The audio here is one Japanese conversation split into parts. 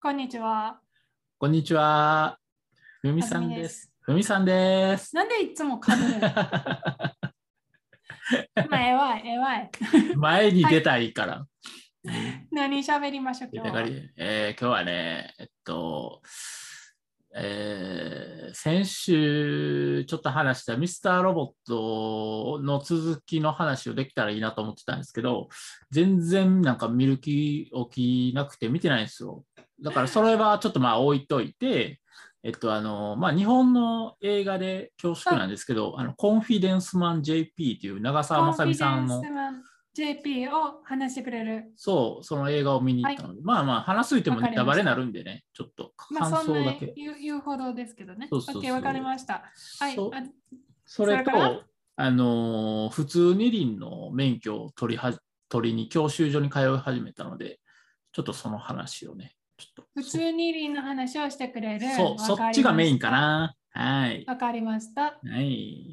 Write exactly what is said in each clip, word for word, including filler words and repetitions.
こんにちは。 こんにちは。ふみあずさんで。 みですす。 ふみさんです。 なんでいつもかぶるのまあ、ええわい、ええわい。 前に出はい。 たいから。うん、 何喋りましょう、 出今日は。 たがり、えー今日はね、えっと、えー先週ちょっと話したミスターロボットの続きの話をできたらいいなと思ってたんですけど、全然なんか見る気起きなくて見てないんですよ。だからそれはちょっとまあ置いといて、えっとあの、まあ日本の映画で恐縮なんあ、 ですけど、あの、コンフィデンスマン ジェーピー っていう長澤まさみコンフィデさんの、 ンスマン ジェーピー を話してくれる。 そう、その映画を見に行はい、 ったので、まあまあ話すいてわもネタバレになかりました。 るんでね、ちょっとまあ、 感そんな想だけ。 言う言うほどですけどね。 そうそう OK、わかりそう。 ました。はい。 そあ、 そそれかられと、あのー普通二輪の免許を取りは取りに教習所に通い始めたので、ちょっとその話をね、ちょっと普通二輪の話をしてくれる。 そ、そ、そっわかりまちがメインした。 かな。はい。 わかりました。 はい。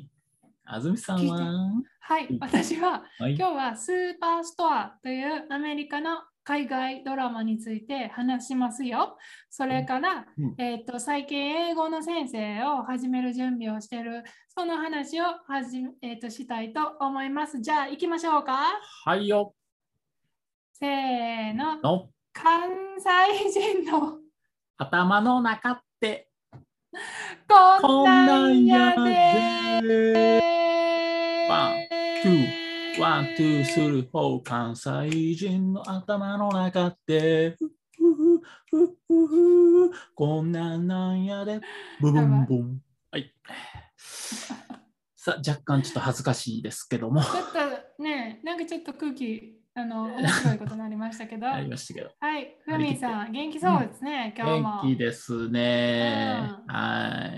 あずみさん聞いて。 ははい、私ははい。 今日はスーパーストアというアメリカの海外ドラマについて話しますよ。それから、 うん、 えーと、最近英語の先生を始める準備をしている、その話をはじ、えーと、したいと思います。じゃあ行きましょうか。 はいよ。 せーの。 の関西人の頭の中ってこんこんななんやんやでで。ワン、ツー、ワン、ツー、スリー、フォー、関西人の頭の中って、ふふふふふふこんなんなんやで、ブブやばい。 ンブン。はい。さあ、若干ちょっと恥ずかしいですけども。 ちょっとね、なんかちょっと空気、あの、面白いことになりましたけど、 ありましたけど。 はい、ふ張り切って。 みさん、元気そううん。 ですね、今日元気も。 ですうね。 ん。 はい。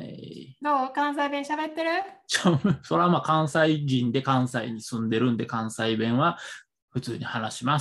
どう関西弁喋ってるちょそれはまあ関西人で関西に住んでるんで関西弁は普通に話します。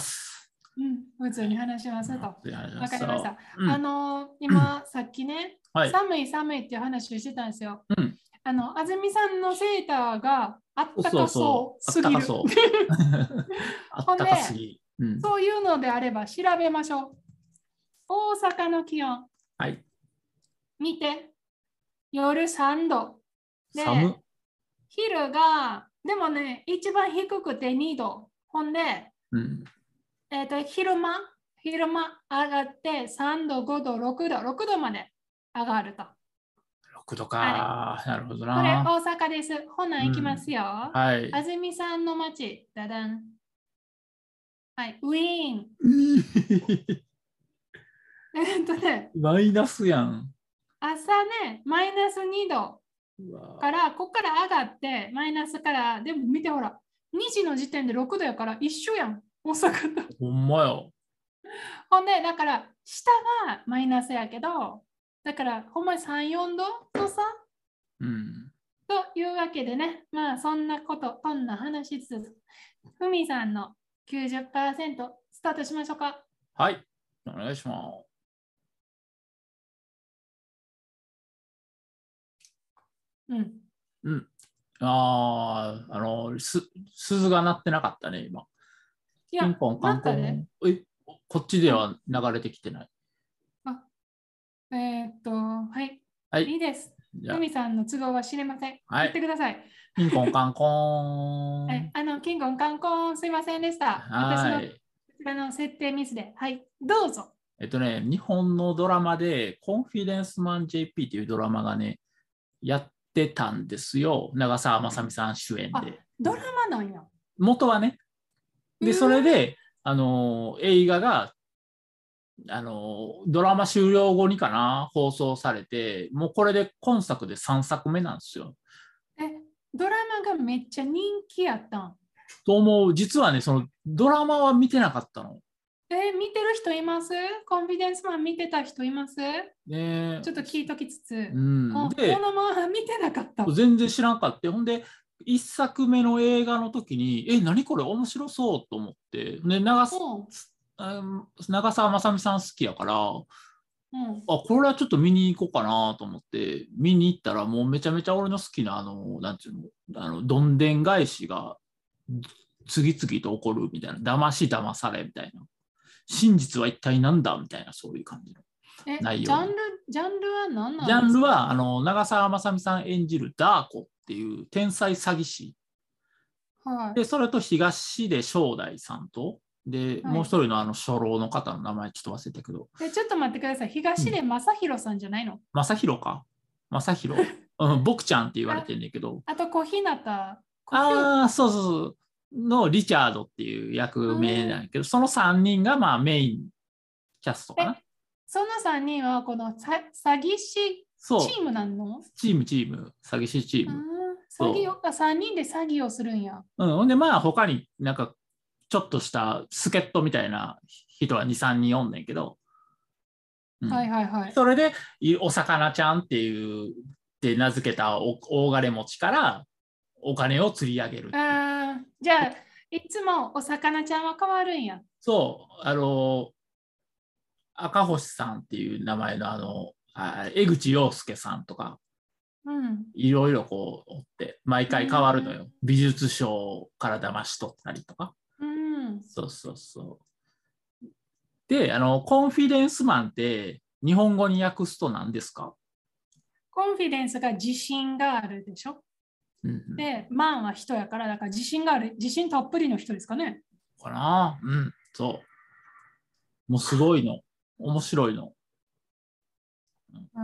うん、普通に話しますと。 普通に話しまわかす。そりました。 う。うあん。 の、今、さっきね、 はい。 寒い寒いっていう話をしてたんですよ。 うん。 あの、安住さんのセーターがあっそうたかそうそう。あっそうすぎる。 たかそう。あっほんで、 たかすぎ。うん。 そういうのであれば調べましょう。大阪の気温、 はい。 見て。夜さんど。で、 寒。 昼が、でもね、一番低くてにど。ほんで、 うん。 えーと、昼間、昼間上がってさんど、ごど、ろくど、ろくどまで上がると。 ろくどはい。 か。なるほどこれな。 大阪です。ほな、 う行きますん。 よ。 はい。 安住さんの町、ダダン。はい、ウィーン。えっとね、 マイナスやん。 朝ね、マイナスにどうわから、ここから上がって、マイナスから、でも見てほら、にじの時点でろくどやから一緒やん、大阪と。 ほんまよ。 ほんで、だから、下がマイナスやけど、だから、ほんまにさん、よんどの差うん。 というわけでね、まあ、そんなこと、こんな話しつつ、ふみさんのきゅうじゅっパーセントスタートしましょうか。 はい。お願いします。 うん。 うん。ああ、あの、す、鈴が鳴ってなかったね、今。 いや、 ピンポン、カなったで。 ンコン。え、こっちでうん。 は流れてきてない。 あ、えーっと、はい。 はい。 いいです。 じゃふみさんの都合は知りません。 あ、はい。 言ってください。 ピンコン、カンコえ、 ン。 あの、キングンカンコン、すいませんでした。私のこはい。 ちらの設定ミスで。はい、どうぞ。 えっとね、日本のドラマで、コンフィデンスマン ジェーピー っていうドラマがね、やってたんですよ。長澤まさみさん主演あ、 で。 ドラマなんや。 元はね。で、そうーん。 れで、あの、映画が、あの、ドラマ終了後にかな、放送されて、もうこれで今作でさんさくめなんですよ。 え、ドラマがめっちゃ人気やったん。 と思う。実はね、そのドラマは見てなかったの。 え、見てる人いますコンフィデンスマン見てた人いますね、 ちょっと聞いときつつ。 うん。 あ、ドで、 ラマ見てなかった。 全然知らんかった。ほんで、一作目の映画の時に、え、何これ面白そうと思って、で、長すうん。 あ長澤まさみさん好きやから、あ、 うん。 これはちょっと見に行こうかなと思って、見に行ったら、もうめちゃめちゃ俺の好きな、あの、なんていうの、あの、どんでん返しが次々と起こるみたいな、騙し騙されみたいな、真実は一体なんだみたいな、そういう感じの。 え、 内容。 ジャンル、ジャンルは何なんですか？ ジャンルは、あの、長澤まさみさん演じるダーコっていう天才詐欺師。 はで、それと東出正代さんと、で、 い。はい。 もう一人のあの初老の方の名前ちょっと忘れたけど、 え、ちょっと待ってください。東出正宏さんじゃないの？ 正宏か正宏うん、僕ちゃんって言われあ、 てんねんけど、 あと小日向、小日向。 ああ、そうそうそう、のリチャードっていうう役名なんん。 やけど、そのさんにんがまあメインキャストかな。 え、そのさんにんはこのさ詐欺師チーそう、 ムなの？ チームチーム、詐欺師チーうん、 ム。 詐欺そを、あ、さんにんで詐欺をするんや。 う。うん、ほんでまあ他になんかちょっとした助っ人みたいな人はに、さんにんおんねんけど、うはいん。 はいはい。 それで、お魚ちゃんっていう、で名付けた大金持ちからお金を釣り上げるっていう。 あー、じゃあ、いつもお魚ちゃんは変わるんや。 そう、あの、赤星さんっていう名前のあの、あ江口洋介さんとか、 うん。 いろいろこうおって、毎う回変わるのん。 よ。美術賞から騙し取ったりとか。 うん。 そうそうそう。で、あの、コンフィデンスマンって日本語に訳すと何ですか？ コンフィデンスが自信があるでしょ。 うんうん。 で、マンは人やから、だから自信がある、自信たっぷりの人ですかね。 かな？うん、そう。もうすごいの。面白いの。 うん。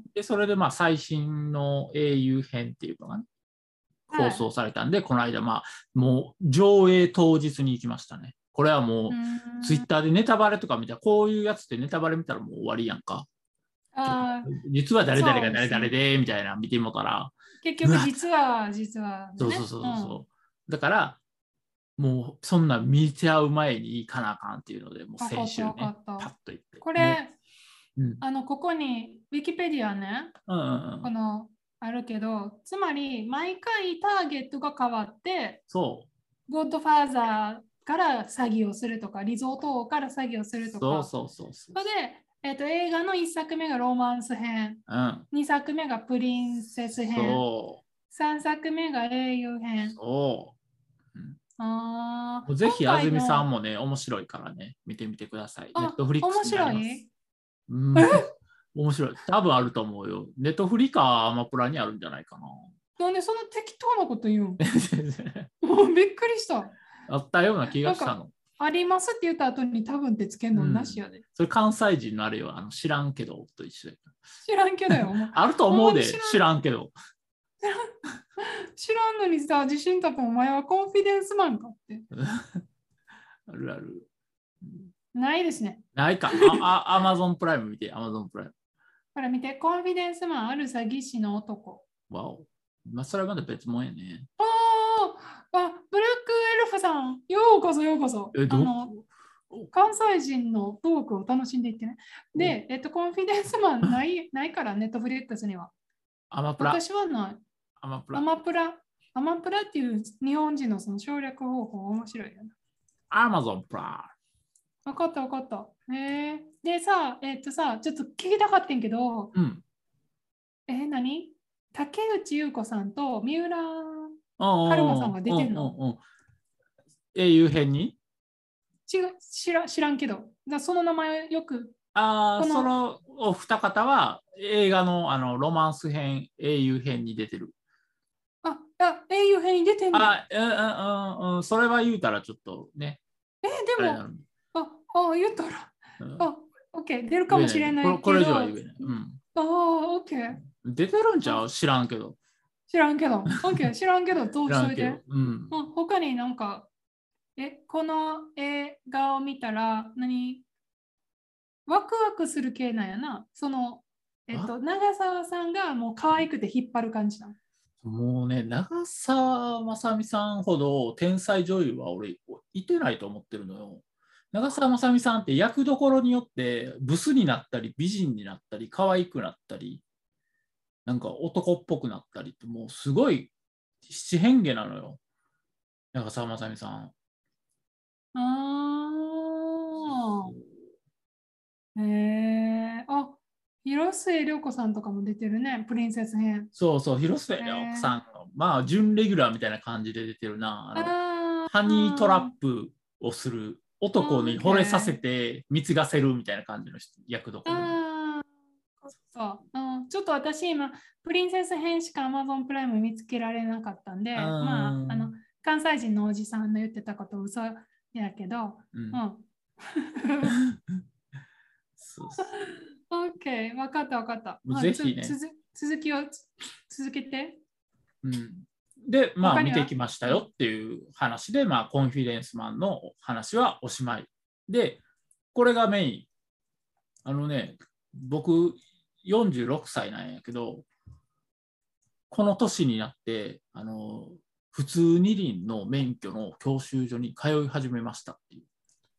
で、それでまあ最新の英雄編っていうのがね、放はい。 送されたんで、この間まあ、もう上映当日に行きましたね。これはもうう、ツイッん。 ターでネタバレとか見たら、こういうやつってネタバレ見たらもう終わりやんか。 ああ、 実は誰々が誰そうですね。 々で、みたいな見てもたら、 結うわ、 局、実は、実はでね。 そうそうそううん。 そう。だから、もうそんな見ちゃう前に行かなあかんっていうので、もうわか先ったわか週ね、 った。 パッと行って。もこれ、 う、うん。 あの、ここに、ウィキペディアね、 うんうんうん。 この、あるけど、つまり、毎回ターゲットが変わって、 そう。 ゴッドファーザーから詐欺をするとか、リゾート王から詐欺をするとか、 そうそうそうそう。 それで、えっと、映画のいっさくめがロマンス編、 うん。 にさくめがプリンセス編、 そう。 さんさくめが英雄編。 そう。うん、 あー、今もうぜひ安住さん回の、 もね、面白いからね、見てみてください。ネッあ、 トフリックス面にあります。 白い。 うん、面白い。多分あると思うよ。ネットフリかアマプラにあるんじゃないかな。 なんでそんな適当なこと言うん？もうびっくりした。 あったような気がなんか、 したの。 ありますって言った後に多分ってつけるのなうん。 しやで。 それ関西人のあれよ、あの知らんけどと一緒で。 知らんけどよ。もうあるとほん思うで、 まに知らん。 知らんけど。 知らんのにさ、自信たくお前はコンフィデンスマンかって。 あるある。 ないですね。 ないか。あ、あ、アマゾンプライム見て、アマゾンプライム。 ほら見て、コンフィデンスマンある詐欺師の男。 わお。まあ、それはまだ別物やね。 あーあ、ブラックエルフさん、ようこそようこそ。 え、どあの、関西人のトークを楽しんでいってね。で、えっと、コンフィデンスマンない、ないから、ネットフリックスには。 アマプラ。 私はない。アアマプラ。 マプラ。アマプラっていう日本人のその省略方法面白いよな。 アマゾンプラ分かった分かった。えー、でさ、えっとさ、ちょっと聞きたかったんけど、 イム。うん。 えー、何竹内優子さんと三浦春馬さんがうんうん出てんの？ うんうん。英雄編に違う知ら知らんけど。だその名前よく、 ああ、 この、 そのお二方は映画のあのロマンス編、英雄編に出てる。 あ、あ英雄編に出てんの？ あ、うんうんうんうん、それは言うたらちょっとね、 えー、でも、 あれなの。 あ、あ、言ったら、 うん、 あ、オッケー、出るかもし言えないね。 れないこれこれ以けど、あ上は言えない。うん。 あ、オッケー。 出てるんちゃあ、 う知らんけど。 知らんけど、オッケー、知らんけど、通知しといて。 らんけど。うん。 あ、他になんか、え、この映画を見たら、何ワクワクする系なんやな。その、えっあ、 と、長澤さんがもう可愛くて引っ張る感じなの。 もうね、長澤まさみさんほど天才女優は俺いてないと思ってるのよ。長澤まさみさんって役どころによってブスになったり美人になったり可愛くなったりなんか男っぽくなったりってもうすごい七変化なのよ。長澤まさみさん。 ああ、へえ、あ、広末涼子さんとかも出てるね、プリンセス編。 そうそう、広末へ涼子え、 さんの、まあ、準レギュラーみたいな感じで出てるな。あの、 あハニートラッあ、 プをする男に惚れさせて貢がせるみたいな感じの役どころ。 ああ、そう、うん。ちょっと私今、プリンセス編しか Amazon プライム見つけられなかったんで、まあ、あの、関西人のおじさんの言ってたこと嘘やけど、うん。うん、 そうそう。 OK、分かった分かった。 ぜひね。 続きを続けて。 うん、で、まあ見てきましたよっていう話で、まあコンフィデンスマンの話はおしまい。で、これがメイン。あのね、僕よんじゅうろくさいなんやけど、この年になって、あの、普通二輪の免許の教習所に通い始めましたっていう。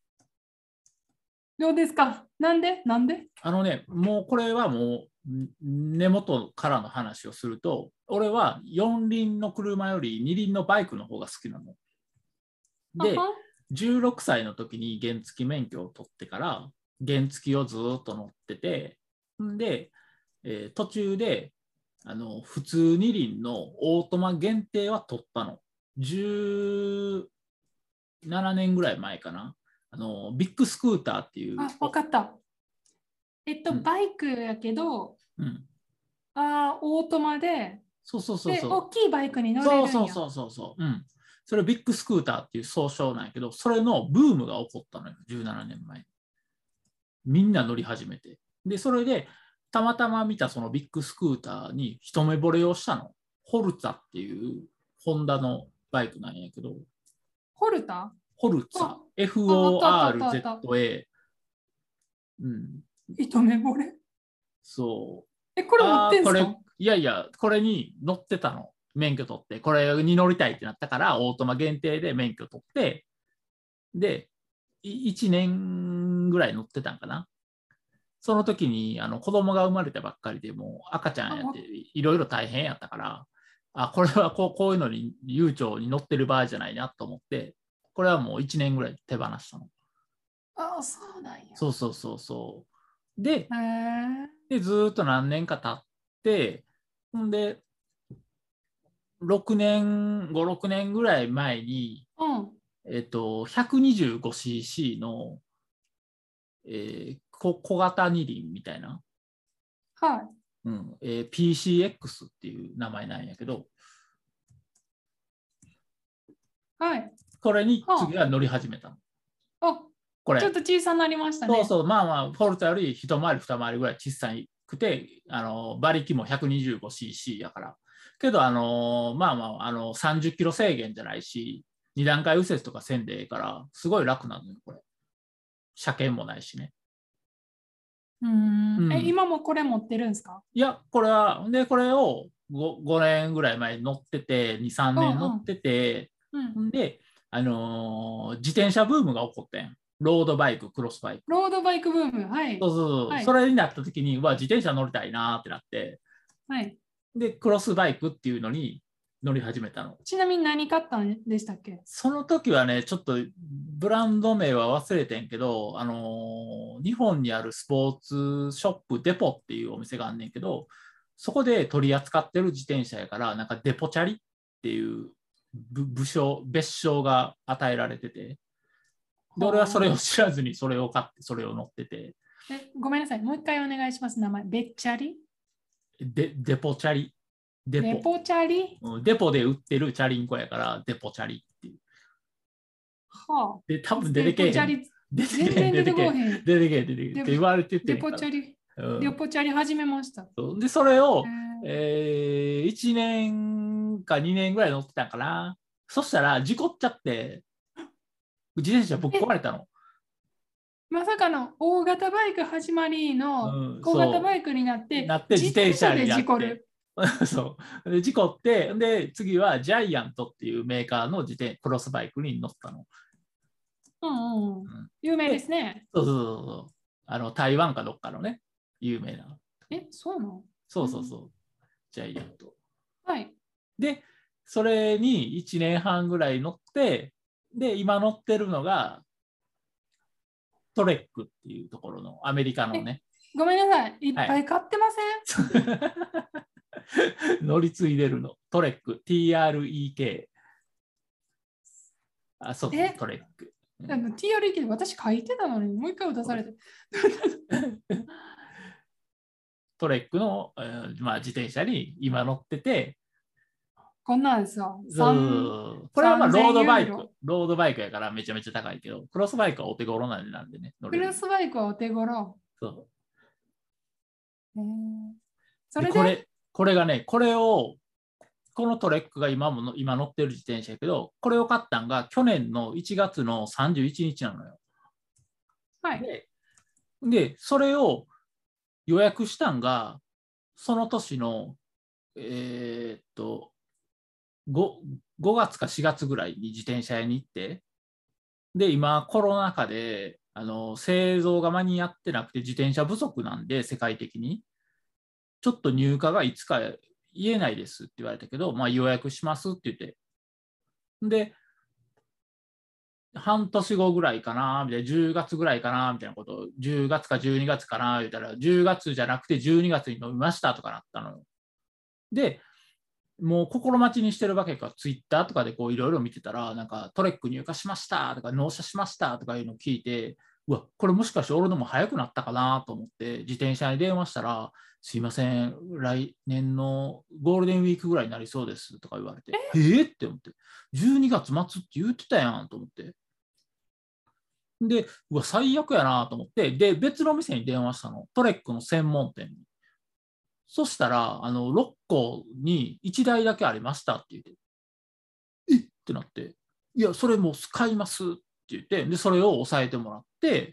どうですか？なんでなんであのね、もうこれはもう根元からの話をすると、俺は四輪の車より二輪のバイクの方が好きなの。で、じゅうろくさいの時に原付免許を取ってから、原付をずっと乗ってて、で、えー、途中であの普通二輪のオートマ限定は取ったの。じゅうななねんぐらい前かな。あのビッグスクーターっていう。 あ、分かった。えっと、うん、バイクやけど、うん、あオートマで、 そうそうそうそう。 で、大きいバイクに乗れるんや。 そうそうそうそう。うん。それビッグスクーターっていう総称なんやけど、それのブームが起こったのよ、じゅうななねんまえ。みんな乗り始めて。で、それで、たまたま見たそのビッグスクーターに一目惚れをしたの。ホルツァっていうホンダのバイクなんやけど。 ホルタホルツァ。エフオーアールゼットエー。うん。 一目惚れそう。 え、これ持ってんすか？ いやいや、これに乗ってたの。免許取って。これに乗りたいってなったから、オートマ限定で免許取って、で、いちねんぐらい乗ってたんかな。その時にあの子供が生まれたばっかりでもう赤ちゃんやっていろいろ大変やったから、あ、これはこうこういうのに悠長に乗ってる場合じゃないなと思って、これはもういちねんぐらい手放したの。 ああ、そうなんや。 そうそうそうそう。で、でずっと何年か経って、んで、ろくねん、ご、ろくねんぐらい前に、うん、えっと、ひゃくにじゅうごシーシー の、えー、小, 小型二輪みたいな、 はいうんえー、ピーシーエックス っていう名前なんやけど、 はい、 これに次は乗り始めたの。 あ、これちょっと小さになりましたね。 そうそう、まあまあ、フォルトより一回り二回りぐらい小さくて、あの馬力も ひゃくにじゅうごシーシー やから。けど、あのまあまあ、あのさんじゅっキロ制限じゃないし、に段階右折とかせんでええから、すごい楽なのよ、これ。車検もないしね。 うん、うん、え、今もこれ持ってるんですか？ いや、これは、で、これを 5, ごねんぐらい前に乗ってて、に、さんねん乗ってて、うんうん、で、あのー、自転車ブームが起こってん。ロードバイク、クロスバイク。 ロードバイクブーム、はい。 そうそうそう、はい、それになった時に、は自転車乗りたいなってなって、 はい。 で、クロスバイクっていうのに乗り始めたの。 ちなみに何買ったんでしたっけ？ その時はね、ちょっとブランド名は忘れてんけど、あのー、日本にあるスポーツショップデポっていうお店があんねんけど、そこで取り扱ってる自転車やから、なんかデポチャリっていう部署、別称が与えられてて、で、俺はそれを知らずにそれを買って、それを乗ってて。 え、ごめんなさい、もう一回お願いします、名前。ベッチャリでデポチャリ。 デポ。デポチャリ、 うん、デポで売ってるチャリンコやから、デポチャリっていう。 はあ。 で、多分出てけえへん。 出てけへん。出てけへん。 出てけえへん。出てけえへん。って言われてて。 デポチャリ。デポチャリ始めました。 で、それを、えー、いちねんかにねんぐらい乗ってたんかな。そしたら、事故っちゃって、自転車ぶっ壊れたの。 まさかの大型バイク始まりの小型バイクになって、 なって自転車で事故る。 そうで事故って、で、次はジャイアントっていうメーカーの自転クロスバイクに乗ったの。 うんうん。うん、有名ですね。 そうそうそうそう。あの、台湾かどっかのね、有名な。 え、そうなの？ そうそうそう。うん、ジャイアント。 はい。 で、それにいちねんはんぐらい乗って、で、今乗ってるのが、トレックっていうところのアメリカのね。 ごめんなさい。いっぱい買ってません、はい、 乗り継いでるの。トレック。ティーアールイーケー。あ、そうそう、トレック。 あの ティーアール 駅で私書いてたのに、もう一回出されて。 トレックの、えーまあ、自転車に今乗ってて、 こんなんですよ。 そうこれはまあロードバイクさんぜんユーロ、 ロードバイクやからめちゃめちゃ高いけど、クロスバイクはお手頃なんでね、乗れる。 クロスバイクはお手頃。 そうえー、それででこれ、これがね、これを、このトレックが今もの今乗ってる自転車やけど、これを買ったんが去年のいちがつのさんじゅういちにちなのよ。 はい。 で、でそれを予約したんが、その年の、えーっと5、ごがつかしがつぐらいに自転車屋に行って、で、今コロナ禍であの製造が間に合ってなくて自転車不足なんで、世界的に。ちょっと入荷がいつか言えないですって言われたけど、まあ、予約しますって言って。で、半年後ぐらいかな、みたいな、じゅうがつぐらいかな、みたいなことを、じゅうがつかじゅうにがつかな、言ったら、じゅうがつじゃなくてじゅうにがつに飲みましたとかなったのよ。で、もう心待ちにしてるわけか、ツイッターとかでこういろいろ見てたら、なんかトレック入荷しましたとか、納車しましたとかいうのを聞いて、うわ、これもしかして俺のも早くなったかなと思って、自転車に電話したら、すいません、来年のゴールデンウィークぐらいになりそうですとか言われて、えー、って思って、じゅうにがつ末って言ってたやんと思って。で、うわ、最悪やなと思って、で、別の店に電話したの、トレックの専門店に。そしたら、あの、ろっこにいちだいだけありましたって言って、えってなって、いや、それもう使いますって言って、で、それを押さえてもらって、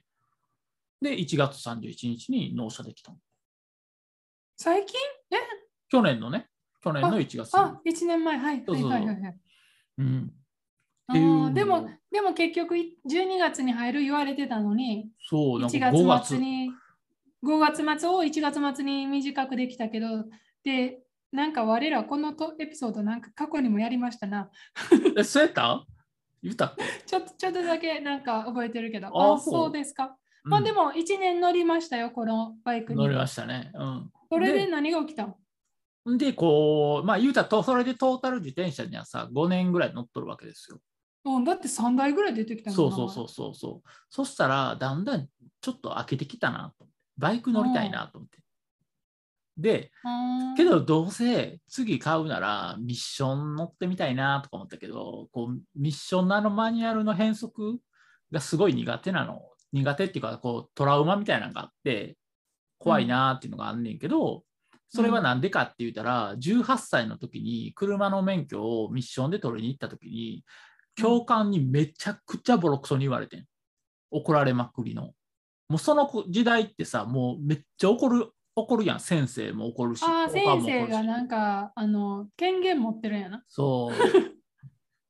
で、いちがつさんじゅういちにちに納車できたの。 最近え去年のね、去年のいちがつ。 あ、いちねんまえ、はい、はい、はい、はい。 うん。 っていうでも、でも結局じゅうにがつに入る言われてたのに、 そう、なんかいちがつ末に、ごがつ末をいちがつ末に短くできたけど、で、なんか我らこのエピソードなんか過去にもやりましたな。 え、そうやった言ったっけちょっとちょっとだけなんか覚えてるけど、 ああ、 あ、そうですか。 うん、 まあでもいちねん乗りましたよ、このバイクに。 乗りましたね。うん。 それで何が起きたので、こう、まあ言うたら、それでトータル自転車にはさ、ごねんぐらい乗っとるわけですよ。 うん、だってさんだいぐらい出てきたそうそうそうそうそう。そしたら、だんだんちょっと飽きてきたなと。バイク乗りたいなと思って。で、けどどうせ次買うならミッション乗ってみたいなとか思ったけど、こうミッションのあのマニュアルの変則がすごい苦手なの。苦手っていうか、こうトラウマみたいなのがあって、怖いなっていうのがあんねんけど、それはなんでかって言ったら、じゅうはっさいの時に車の免許をミッションで取りに行った時に、教官にめちゃくちゃボロクソに言われてん。怒られまくりの。もうその時代ってさ、もうめっちゃ怒る、怒るやん。先生も怒るし。 ああ、先生がなんか、あの、権限持ってるんやな。 そう。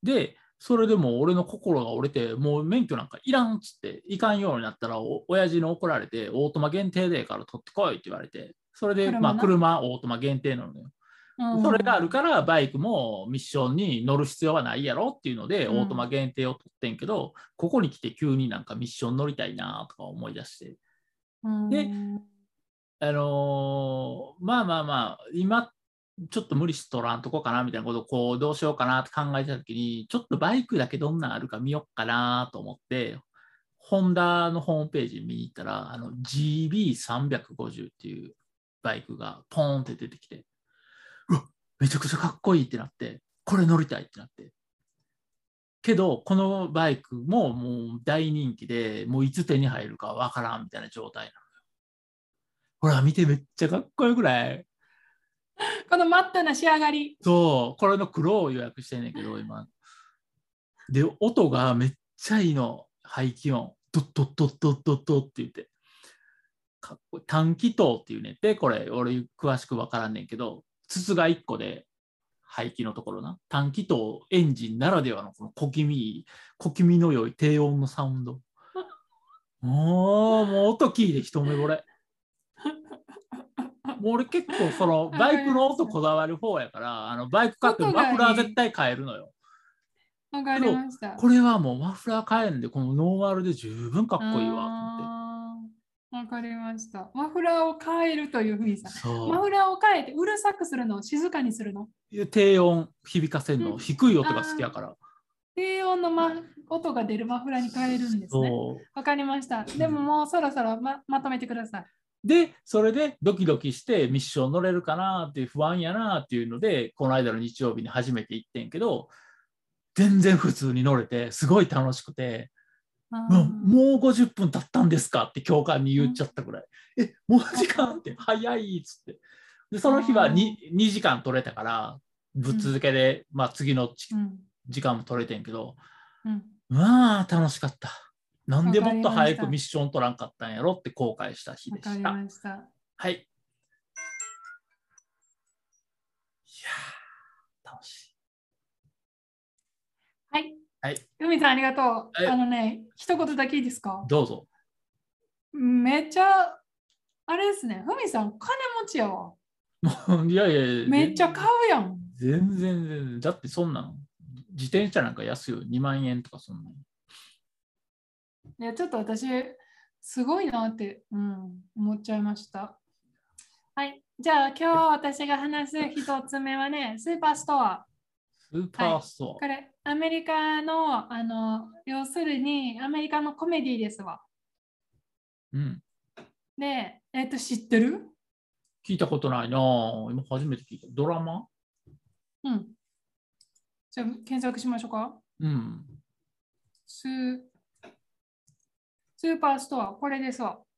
で、それでも俺の心が折れて、もう免許なんかいらんっつって、いかんようになったら、お親父に怒られて、オートマ限定でから取ってこいって言われて、それで、車まあ、車、オートマ限定なのよ。うん、それがあるから、バイクもミッションに乗る必要はないやろっていうので、オートマ限定を取ってんけど、ここに来て急になんかミッション乗りたいなとか思い出して。 うん、 で、あのー、まあまあまあ、今、ちょっと無理しとらんとこかなみたいなことをこうどうしようかなって考えたときに、ちょっとバイクだけどんなんあるか見よっかなと思って、ホンダのホームページ見に行ったら、あの ジービーさんびゃくごじゅう っていうバイクがポーンって出てきて、うわ、めちゃくちゃかっこいいってなって、これ乗りたいってなって。けど、このバイクももう大人気で、もういつ手に入るかわからんみたいな状態なのよ。ほら、見てめっちゃかっこよくない？ このマットな仕上がり。 そう、これの黒を予約してんねんけど、今。で、音がめっちゃいいの。排気音。ドッドッドッドッドッドって言って。かっこいい。短気筒っていうねって、これ、俺詳しくわからんねんけど、筒がいっこで、排気のところな。短気筒エンジンならではのこの小気味、小気味の良い低音のサウンド。もう、もう音聞いて一目惚れ。もう俺結構そのバイクの音こだわる方やから、あのバイク買ってマフラー絶対変えるのよ。 わかりました。 これはもうマフラー変えんで、このノーマルで十分かっこいいわと思って。 わかりました。マフラーを変えるというふうにさ、マフラーを変えてうるさくするの、静かにするの。 低音響かせるの、うん、低い音が好きやから。 低音の、ま、音が出るマフラーに変えるんですね。わかりました。でももうそろそろ ま, まとめてください。 で、それでドキドキしてミッション乗れるかなっていう不安やなっていうので、この間の日曜日に初めて行ってんけど、全然普通に乗れて、すごい楽しくて、もうごじゅっぷん経ったんですかって教官に言っちゃったぐらい。え、もう時間って早いっつって。で、その日は 2, にじかん取れたから、ぶっ続けで、まあ次の時間も取れてんけど、まあ楽しかった。なんでもっと早くミッション取らんかったんやろって後悔した日でした。わかりました。はい。いやー、楽しい。 はい。はい。海さん、ありがとう。あのね、一言だけいいですか？ どうぞ。 めっちゃ、あれですね。海さん、金持ちやわ。 いやいや、 めっちゃ買うやん。 全然全然。だってそんなの。自転車なんか安いよ。にまんえんとかそんなの。 いや、ちょっと私、すごいなって、うん、思っちゃいました。はい。じゃあ、今日私が話す一つ目はね、スーパーストア。 スーパーストア。はい、 これ、アメリカの、あの、要するに、アメリカのコメディですわ。 うん。 で、えっと、知ってる？ 聞いたことないな。今初めて聞いた。ドラマ？ うん。じゃあ、検索しましょうか。 うん。 スー、スーパーストア、これですわ。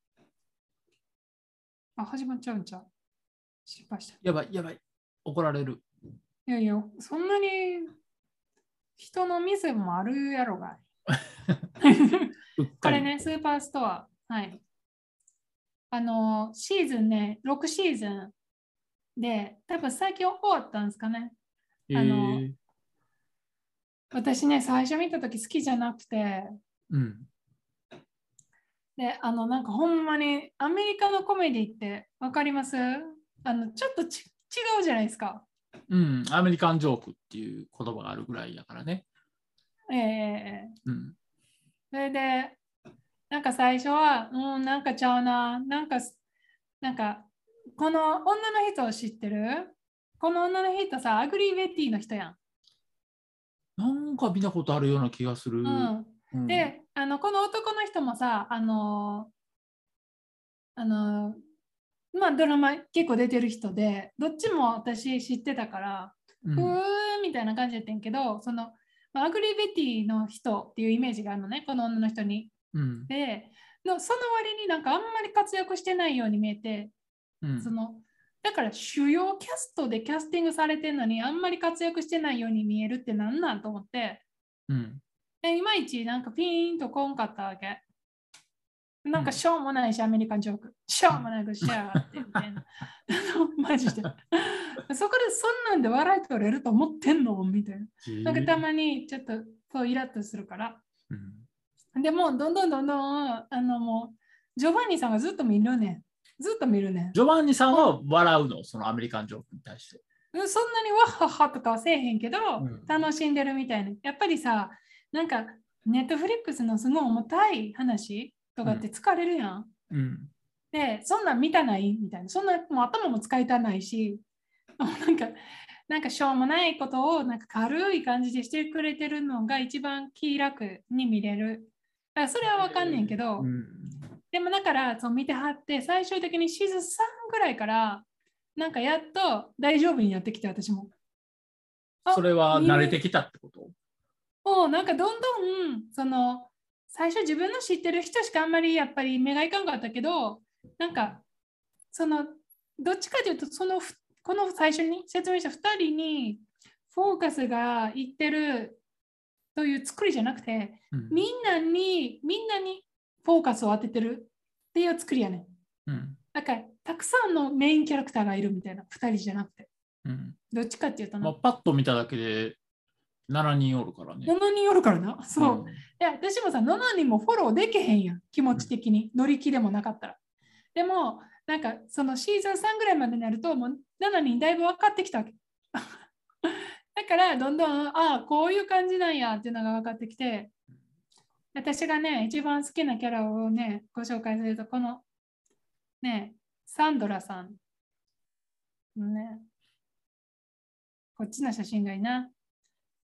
あ、始まっちゃうんちゃう？失敗した。 やばい、やばい。怒られる。 いやいや、そんなに人の店もあるやろがい。これね、スーパーストア。はい。あの、シーズンね、ろくシーズンで、多分最近終わったんですかね。 えー、 あの、私ね、最初見たとき好きじゃなくて、 うん。 で、あの、なんかほんまにアメリカのコメディってわかります？あの、ちょっとち違うじゃないですか。 うん、アメリカンジョークっていう言葉があるぐらいやからね。 ええー、うん。 それで、なんか最初は、うん、なんかちゃうな、なんか、なんか、この女の人を知ってる？この女の人さ、アグリー・ベティの人やん。 なんか見たことあるような気がする。 うんうん、で、あの、この男の人もさ、あの、あの、まあドラマ結構出てる人で、どっちも私知ってたから、うん、ふーみたいな感じやってんけど、その、まあ、アグリー・ベティの人っていうイメージがあるのね、この女の人に。 うん、 での、その割になんかあんまり活躍してないように見えて、うん、そのだから主要キャストでキャスティングされてるのにあんまり活躍してないように見えるってなんなんと思って、 うん、 でいまいちなんかピーンとこんかったわけ。なんかしょうもないし、アメリカンジョーク。しょうもないことしやがってみたいな。マジで。そこでそんなんで笑い取れると思ってんのみたいな。なんかたまにちょっとそうイラッとするから。うん、でも、どんどんどんどん、あのもう、ジョバンニさんがずっと見るね。ずっと見るね。 ジョバンニさんは笑うの、そのアメリカンジョークに対して。 そんなにわははとかはせえへんけど、うん、楽しんでるみたいな。やっぱりさ、なんか、ネットフリックスのすごい重たい話とかって疲れるやん。うんうん、で、そんなん見たないみたいな。そんなもう頭も使いたないし、なんか、なんかしょうもないことをなんか軽い感じでしてくれてるのが一番気楽に見れる。だからそれはわかんねんけど、うん、でもだからそう見てはって、最終的にシーズンさんぐらいから、なんかやっと大丈夫になってきて、私も。 それは慣れてきたってこと？ おなんかどんどん、その、最初自分の知ってる人しかあんまりやっぱり目がいかんかったけど、なんか、その、どっちかというと、その、この最初に説明したふたりにフォーカスがいってるという作りじゃなくて、うん、みんなに、みんなにフォーカスを当ててるっていう作りやね、うん。だから、たくさんのメインキャラクターがいるみたいな、ふたりじゃなくて。うん、どっちかっていうとな、 まあ、パッと見ただけでしちにんおるからね。 しちにんおるからな。そう。うん、いや、私もさ、しちにんもフォローできへんやん。気持ち的に。乗り気でもなかったら。でも、なんか、そのシーズンさんぐらいまでになると、もうしちにんだいぶ分かってきたわけ。だから、どんどん、ああ、こういう感じなんやっていうのが分かってきて、私がね、一番好きなキャラをね、ご紹介すると、この、ね、サンドラさん。ね、こっちの写真がいいな。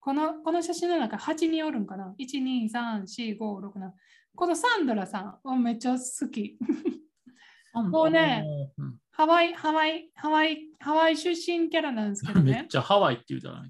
このこの写真の中はちにんおるんかな？ いち、に、さん、よん、ご、ろく、なな。このサンドラさん、めっちゃ好き。もうね、 うん、 ハワイ、ハワイ、ハワイ、ハワイ出身キャラなんですけどね。 めっちゃハワイって言うじゃないの。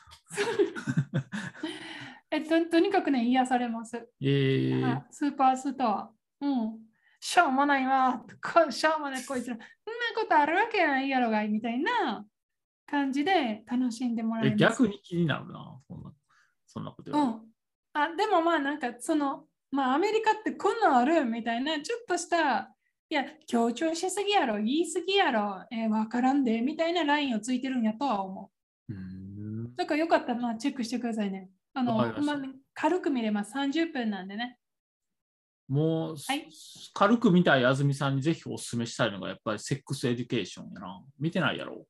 えととにかくね、癒されます。 えー、 スーパーストア。うん。しょうもないわ。こしょうもないこいつら。そんなことあるわけないやろがいみたいな感じで楽しんでもらえます。 逆に気になるな。そんな、そんなことうん。あ、でもまあなんかその、まあアメリカってこんなんあるみたいな、ちょっとした、いや、強調しすぎやろ、言いすぎやろ、えー、わからんで、みたいなラインをついてるんやとは思う。うん。 だからよかったら、まあ、チェックしてくださいね。あの、まあ、軽く見れます。さんじゅっぷんなんでね。 もう、 はい、 軽く見たい安住さんにぜひお勧めしたいのが、やっぱりセックスエデュケーションやな。見てないやろ？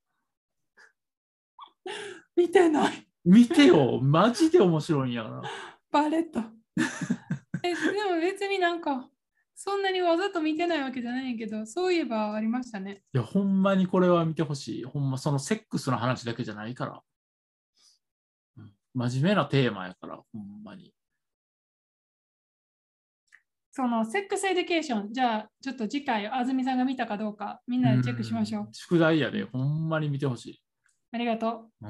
見てない。 見てよ。マジで面白いんやな。 バレット。え、でも別になんか、そんなにわざと見てないわけじゃないけど、そういえばありましたね。 いや、ほんまにこれは見てほしい。ほんま、そのセックスの話だけじゃないから。うん、真面目なテーマやから、ほんまに。 そのセックスエデュケーション、じゃあちょっと次回、安住さんが見たかどうか、みんなでチェックしましょう。 宿題やで、ほんまに見てほしい。 ありがとう。うん、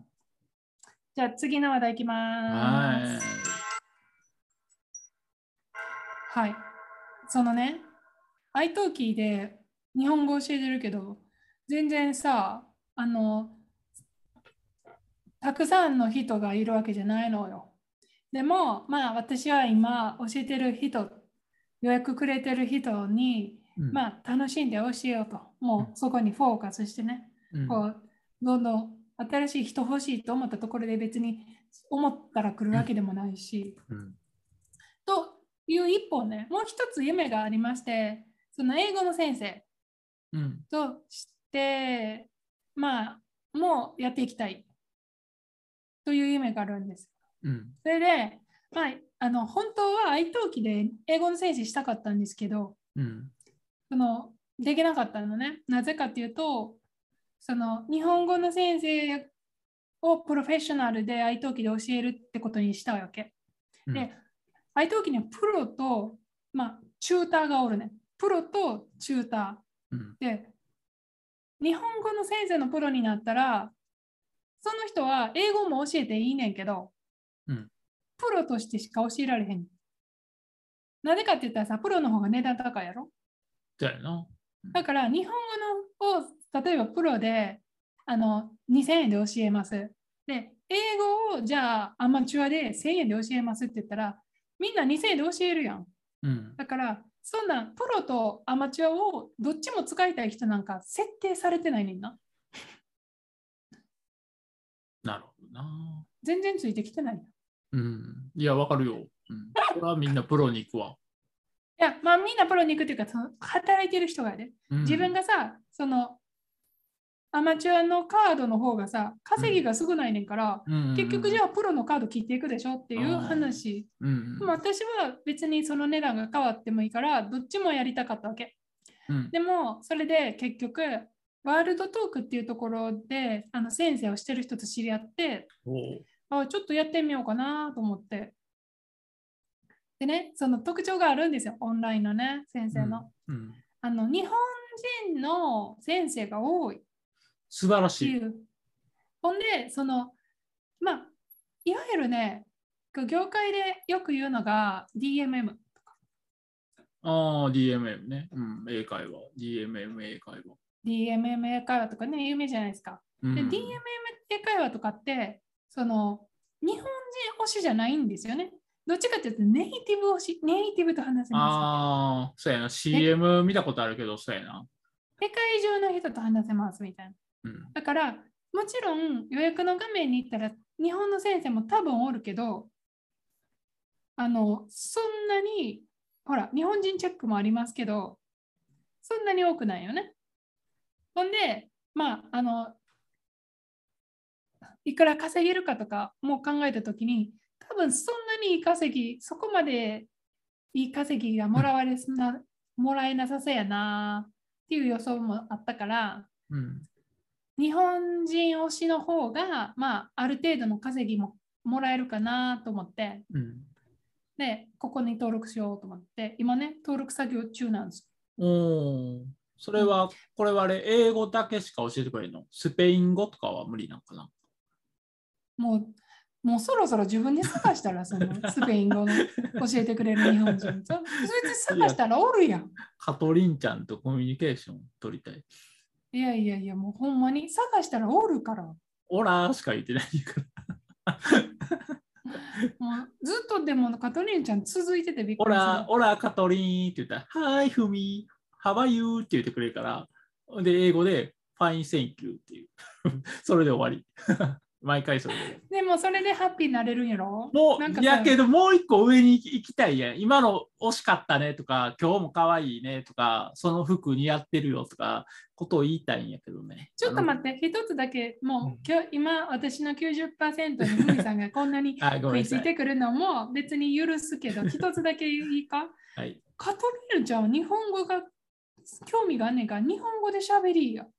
じゃあ次の話題いきます。はい。そのね、iTalki で日本語教えてるけど、全然さ、あの、たくさんの人がいるわけじゃないのよ。でも、まあ私は今教えてる人、予約くれてる人に、 うん、 まあ楽しんで教えようと、もうそこにフォーカスしてね、 うん、 こう、どんどん新しい人欲しいと思ったところで別に思ったら来るわけでもないし、 うん、 という一方ね、もう一つ夢がありまして、その英語の先生うん、 として、まあ、もうやっていきたいという夢があるんです。 うん、 それで、まあ、あの本当は iTalki で英語の先生したかったんですけど、 うん、 そのできなかったのね。なぜかというと、その日本語の先生をプロフェッショナルで iTalki で教えるってことにしたわけ。 うん、 で、iTalki にはプロと、まあ、チューターがおるね。プロとチューター。 うん、 で、日本語の先生のプロになったら、その人は英語も教えていいねんけど、 うん、 プロとしてしか教えられへん。なぜかって言ったらさ、プロの方が値段高いやろ。 だよな。 だから日本語のを例えばプロであのにせんえんで教えます。で、英語をじゃあアマチュアでせんえんで教えますって言ったら、みんなにせんえんで教えるやん。 うん、 だから、そんなプロとアマチュアをどっちも使いたい人なんか設定されてないねんな。 なるほどな。 全然ついてきてない。 うん。いや、わかるよ。うん。それはみんなプロに行くわ。 いや、まあみんなプロに行くっていうか、その働いてる人がね、 うん、 自分がさ、そのアマチュアのカードの方がさ、稼ぎが少ないねんから、 うん、 結局じゃあプロのカード切っていくでしょっていう話。 うん、 でも私は別にその値段が変わってもいいから、どっちもやりたかったわけ。 うん、 でも、それで結局、ワールドトークっていうところであの先生をしてる人と知り合って、あ、ちょっとやってみようかなと思って。でね、その特徴があるんですよ、オンラインのね、先生の。 うんうん、 あの日本人の先生が多い。 素晴らしい。 ほんで、その、まあ、いわゆるね、業界でよく言うのが ディーエムエム とか。 ああ、ディーエムエム ね。うん、英会話。ディーエムエム 英会話。 ディーエムエム 英会話とかね、有名じゃないですか。 うん、 で、ディーエムエム 英会話とかって、その、日本人推しじゃないんですよね。どっちかっていうと、ネイティブ推し、ネイティブと話せます。 ああ、そうやな。シーエム 見たことあるけど、そうやな。 世界中の人と話せますみたいな。 うん、 だから、もちろん予約の画面に行ったら、日本の先生も多分おるけど、あの、そんなに、ほら、日本人チェックもありますけど、そんなに多くないよね。ほんで、まあ、あの、いくら稼げるかとかも考えたときに、多分そんなにいい稼ぎ、そこまでいい稼ぎがもらわれな、もらえなさそうやなっていう予想もあったから、 うん、 日本人推しの方が、まあ、ある程度の稼ぎももらえるかなと思って、 うん、 で、ここに登録しようと思って、今ね、登録作業中なんです。 おー、それは、うん、これはあれ、英語だけしか教えてくれるの？スペイン語とかは無理なのかな？ もう、もうそろそろ自分で探したら、そのスペイン語の教えてくれる日本人。それで探したらおるやん。 カトリンちゃんとコミュニケーション取りたい。 いやいやいや、もうほんまに探したらおるから。 オラーしか言ってないから。 もうずっとでもカトリンちゃん続いててびっくりする。 オラ、オラカトリンって言ったら、はい、フミ、How are you? って言ってくれるから、で、英語で、Fine, thank you っていう。それで終わり。毎回それで。 でもそれでハッピーになれるんやろ？ もう、やけどもう一個上に行きたいやん。今の惜しかったねとか、今日も可愛いねとか、その服似合ってるよとか、ことを言いたいんやけどね。 ちょっと待って、一つだけ、もう、今日今、私のきゅうじゅっパーセントにふみさんがこんなに食いついてくるのも別に許すけど、一つだけいいか？ はい、 カトリーヌちゃんは日本語が興味があんねんから、日本語で喋りや。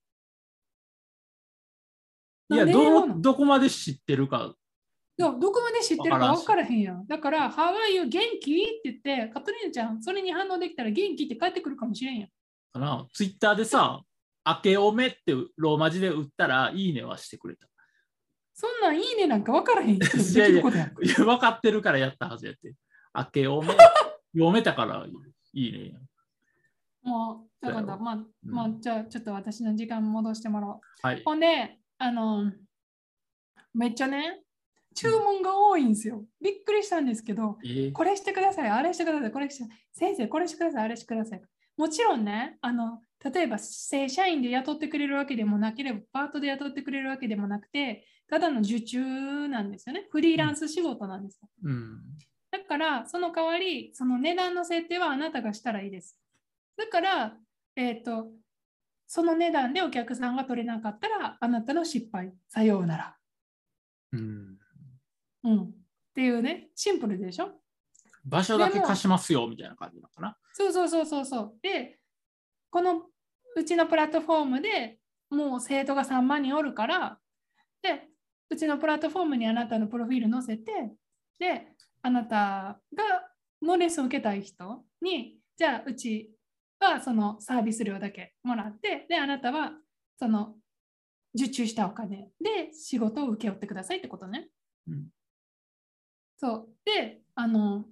いや、ど、どこまで知ってるか。 いや、どこまで知ってるか分からへんやん。だから、ハワイ you 元気って言って、カトリーヌちゃん、それに反応できたら元気って帰ってくるかもしれんやん。 かな。ツイッターでさ、明けおめってローマ字で打ったら、いいねはしてくれた。 そんなんいいねなんか分からへん。いやいや、いや分かってるからやったはずやって。明けおめ、読めたからいいね。 もう、だからまあ、うん、まあ、じゃあちょっと私の時間戻してもらおう。 はい、 ほんで、あの、めっちゃね、注文が多いんですよ。うん、びっくりしたんですけど、えー、これしてください、あれしてください、これしてください。先生、これしてください、あれしてください。もちろんね、あの、例えば正社員で雇ってくれるわけでもなければ、パートで雇ってくれるわけでもなくて、ただの受注なんですよね。フリーランス仕事なんですよ。 うん、 だから、その代わり、その値段の設定はあなたがしたらいいです。だから、えっと、その値段でお客さんが取れなかったら、あなたの失敗、さようなら。 うん。 うん。っていうね、シンプルでしょ？ 場所だけ貸しますよ、みたいな感じなのかな。 そうそうそうそうそう。で、このうちのプラットフォームでもう生徒がさんまんにんおるから、で、うちのプラットフォームにあなたのプロフィール載せて、で、あなたがのレッスンを受けたい人に、じゃあうちはそのサービス料だけもらって、で、あなたはその受注したお金で仕事を請け負ってくださいってことね。 うん、 そう。で、あの、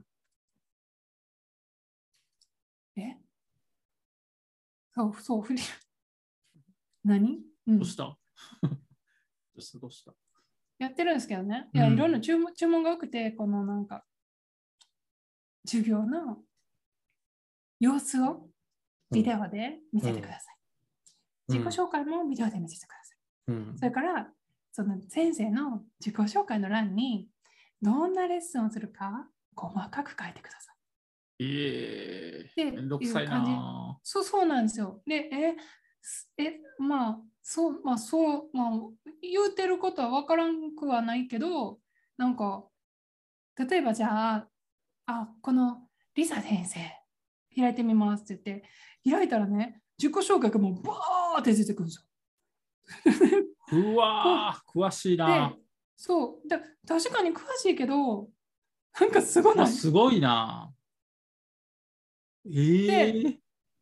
えそう、そう、フリー。何、うん、 どうしたどうしたどうしたやってるんですけどね。いや、いろんな注文、注文が多くて、このなんか、授業の様子をビデオで見せてください。うん、自己紹介もビデオで見せてください。うん、それから、その先生の自己紹介の欄に、どんなレッスンをするか、細かく書いてください。 えー、で、めんどくさいな。そうそうなんですよ。で、え、え、まあ、そう、まあ、そう、まあ、言うてることは分からんくはないけど、なんか、例えばじゃあ、あ、このリサ先生、開いてみますって言って、開いたらね、自己紹介がもうバーって出てくるんですよ。 うわー、詳しいな。 そうだ、確かに詳しいけど、なんかすごない？ すごいな。えー、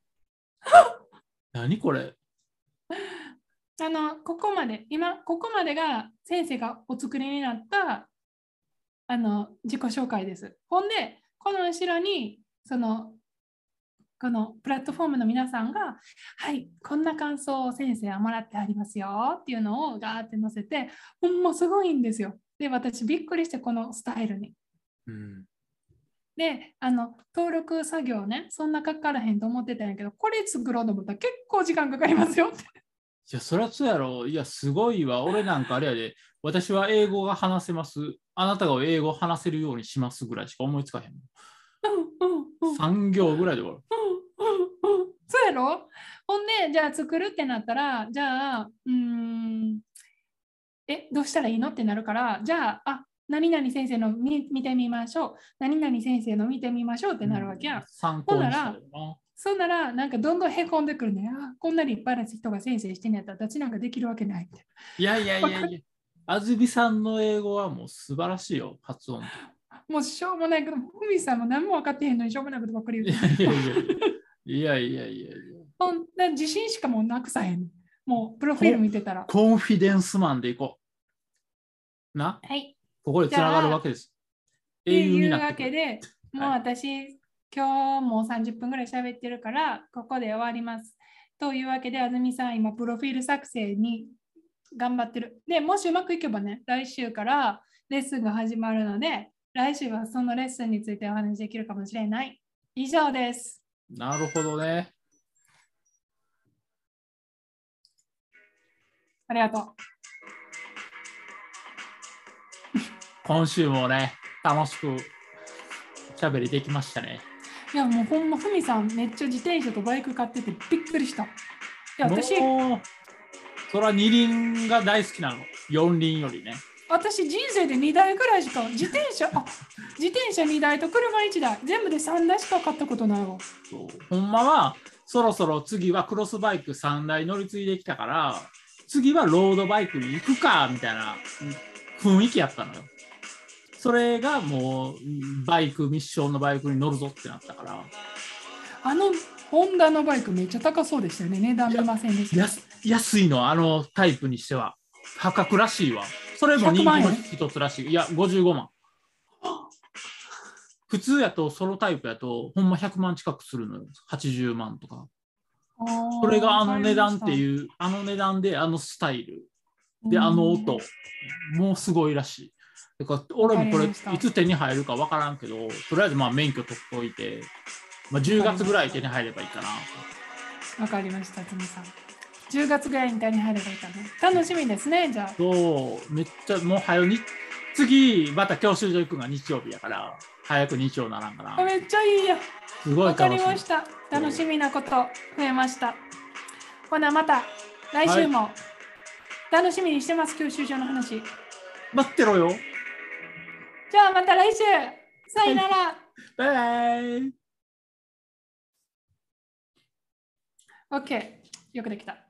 何これ？ あの、ここまで、今、ここまでが先生がお作りになったあの自己紹介です。ほんで、この後ろに、その、このプラットフォームの皆さんが、はい、こんな感想を先生はもらってありますよっていうのをガーって載せて、ほんますごいんですよ。で、私びっくりして、このスタイルに。うん、で、あの、登録作業ね、そんなかからへんと思ってたんやけど、これ作ろうと思ったら結構時間かかりますよって。 いや、そりゃそうやろ。いや、すごいわ。俺なんかあれやで、私は英語が話せます。あなたが英語を話せるようにしますぐらいしか思いつかへん。うんうんうん、さん行ぐらいで終わる。 うんうんうん、そうやろ？ほんで、じゃあ作るってなったら、じゃあ、うーん、え、どうしたらいいのってなるから、じゃあ、あ、何々先生の 見, 見てみましょう。何々先生の見てみましょうってなるわけや。うん、 参考にしたよな。そうなら、なんかどんどんへこんでくるね。あ、こんなにいっぱいの人が先生してんやったら、私なんかできるわけないって。 いやいやいやいや。 安住さんの英語はもう素晴らしいよ、発音。 もうしょうもないけど、ふみさんも何も分かってへんのにしょうもないことばっかりい言うて。 やいやいやいやいやいやいや。 ほんで自信しかもうなくさへん。もうプロフィール見てたら。 コンフィデンスマンでいこう。な、 はい。 ここでつながるわけです。 英雄にいうわけで、もう私、はい、今日もうさんじゅっぷんぐらい喋ってるから、ここで終わります。というわけで、安住さん、今、プロフィール作成に頑張ってる。で、もしうまくいけばね、来週からレッスンが始まるので、来週はそのレッスンについてお話しできるかもしれない。以上です。 なるほどね。 ありがとう。 今週もね、楽しくおしゃべりできましたね。 いや、もうほんま、ふみさん、めっちゃ自転車とバイク買っててびっくりした。いや、私、 もうそれは二輪が大好きなの。四輪よりね。 私、人生でにだいぐらいしか、自転車、あ、自転車にだいと車いちだい、全部でさんだいしか買ったことないわ。 そう、ほんまは、そろそろ次はクロスバイクさんだい乗り継いできたから、次はロードバイクに行くか、みたいな雰囲気やったのよ。それがもう、バイク、ミッションのバイクに乗るぞってなったから。 あの、ホンダのバイクめっちゃ高そうでしたよね。値段見ませんでした。 安, 安いの、あのタイプにしては。破格らしいわ。それも人気の一つらしい。いや、ごじゅうごまん。普通やと、ソロタイプやと、ほんまひゃくまん近くするのよ。はちじゅうまんとか。それがあの値段っていう、あの値段であのスタイル。で、あの音。もうすごいらしい。だから俺もこれ、いつ手に入るか分からんけど、とりあえずまあ免許取っておいて、まあ、じゅうがつぐらい手に入ればいいかな。 わかりました、つみさん。じゅうがつぐらいに手に入ればいいかな。楽しみですね、じゃあ。 そう、めっちゃ、もう早に、次、また教習所行くのが日曜日やから、早く日曜ならんかな。 めっちゃいいや。 すごい楽しみ。 わかりました。楽しみなこと増えました。ほな、また来週も楽しみにしてます、教習所の話。 待ってろよ。 じゃあまた来週。さよなら。 バイバイ。 OK。よくできた。